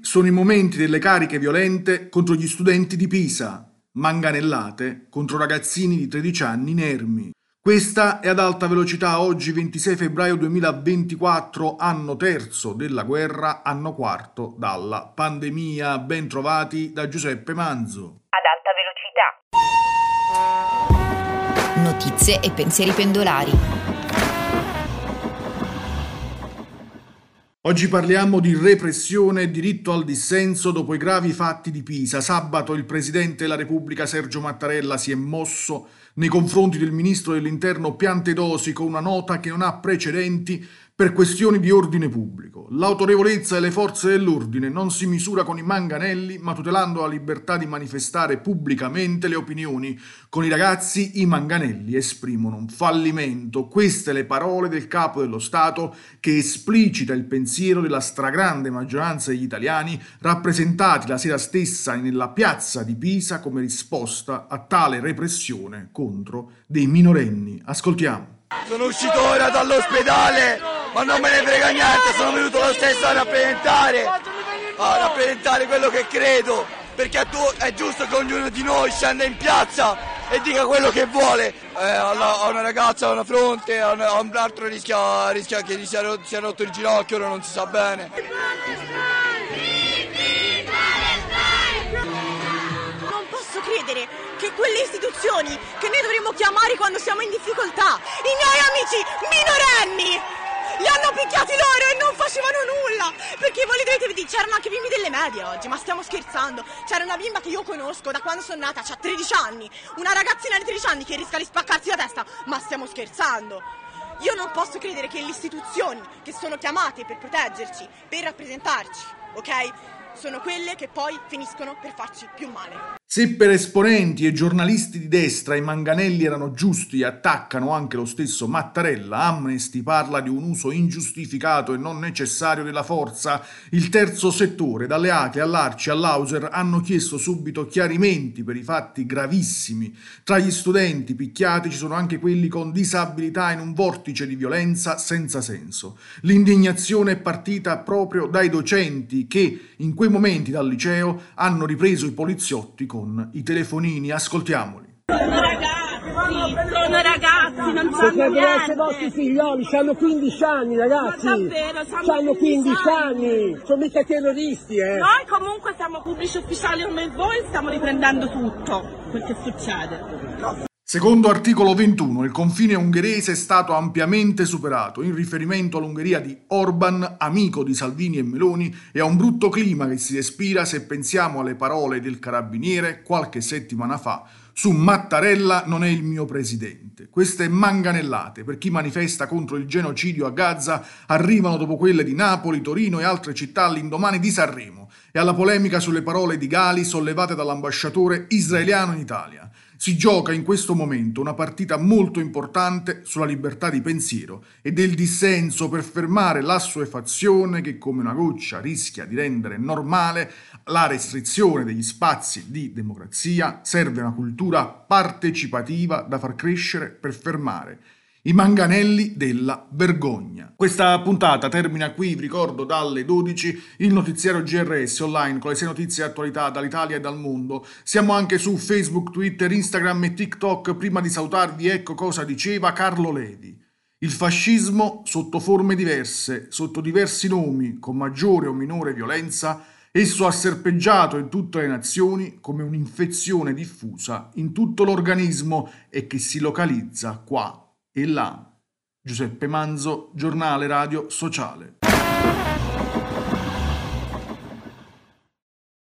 sono i momenti delle cariche violente contro gli studenti di Pisa, manganellate contro ragazzini di 13 anni inermi. Questa è Ad alta velocità, oggi 26 febbraio 2024, anno terzo della guerra, anno quarto dalla pandemia. Ben trovati da Giuseppe Manzo. Ad alta velocità. Notizie e pensieri pendolari. Oggi parliamo di repressione e diritto al dissenso dopo i gravi fatti di Pisa. Sabato il Presidente della Repubblica Sergio Mattarella si è mosso nei confronti del Ministro dell'Interno Piantedosi con una nota che non ha precedenti per questioni di ordine pubblico. L'autorevolezza delle forze dell'ordine non si misura con i manganelli, ma tutelando la libertà di manifestare pubblicamente le opinioni. Con i ragazzi i manganelli esprimono un fallimento. Queste le parole del Capo dello Stato, che esplicita il pensiero della stragrande maggioranza degli italiani rappresentati la sera stessa nella piazza di Pisa come risposta a tale repressione contro dei minorenni. Ascoltiamo. Sono uscito ora dall'ospedale, ma non me ne frega niente, sono venuto lo stesso a rappresentare quello che credo, perché è giusto che ognuno di noi scenda in piazza e dica quello che vuole. A una ragazza ha una fronte, a un altro rischia che gli sia rotto il ginocchio, ora non si sa bene. Non posso credere che quelle istituzioni che noi dovremmo chiamare quando siamo in difficoltà, i miei amici minorenni, li hanno picchiati loro e non facevano nulla, perché voi li dovete vedere, c'erano anche bimbi delle medie oggi, ma stiamo scherzando. C'era una bimba che io conosco da quando sono nata, ha 13 anni, una ragazzina di 13 anni che rischia di spaccarsi la testa, ma stiamo scherzando. Io non posso credere che le istituzioni che sono chiamate per proteggerci, per rappresentarci, ok? Sono quelle che poi finiscono per farci più male. Se per esponenti e giornalisti di destra i manganelli erano giusti e attaccano anche lo stesso Mattarella, Amnesty parla di un uso ingiustificato e non necessario della forza. Il terzo settore, dalle ACLE all'Arci all'Auser, hanno chiesto subito chiarimenti per i fatti gravissimi. Tra gli studenti picchiati ci sono anche quelli con disabilità in un vortice di violenza senza senso. L'indignazione è partita proprio dai docenti che in quei momenti dal liceo hanno ripreso i poliziotti con i telefonini. Ascoltiamoli. Sono ragazzi, non sanno essere niente. I vostri figlioli, hanno 15 anni ragazzi. Ma davvero, hanno 15 anni. Sono mica terroristi, Noi comunque siamo pubblici ufficiali come voi, stiamo riprendendo tutto quel che succede. Secondo articolo 21, il confine ungherese è stato ampiamente superato in riferimento all'Ungheria di Orban, amico di Salvini e Meloni, e a un brutto clima che si respira se pensiamo alle parole del carabiniere qualche settimana fa su Mattarella non è il mio presidente. Queste manganellate per chi manifesta contro il genocidio a Gaza arrivano dopo quelle di Napoli, Torino e altre città all'indomani di Sanremo e alla polemica sulle parole di Gali sollevate dall'ambasciatore israeliano in Italia. Si gioca in questo momento una partita molto importante sulla libertà di pensiero e del dissenso per fermare l'assuefazione che come una goccia rischia di rendere normale la restrizione degli spazi di democrazia. Serve una cultura partecipativa da far crescere per fermare i manganelli della vergogna. Questa puntata termina qui, vi ricordo dalle 12 il notiziario GRS online con le 6 notizie e attualità dall'Italia e dal mondo. Siamo anche su Facebook, Twitter, Instagram e TikTok. Prima di salutarvi ecco cosa diceva Carlo Levi. Il fascismo sotto forme diverse, sotto diversi nomi, con maggiore o minore violenza, esso ha serpeggiato in tutte le nazioni come un'infezione diffusa in tutto l'organismo e che si localizza qua e là. Giuseppe Manzo, Giornale Radio Sociale.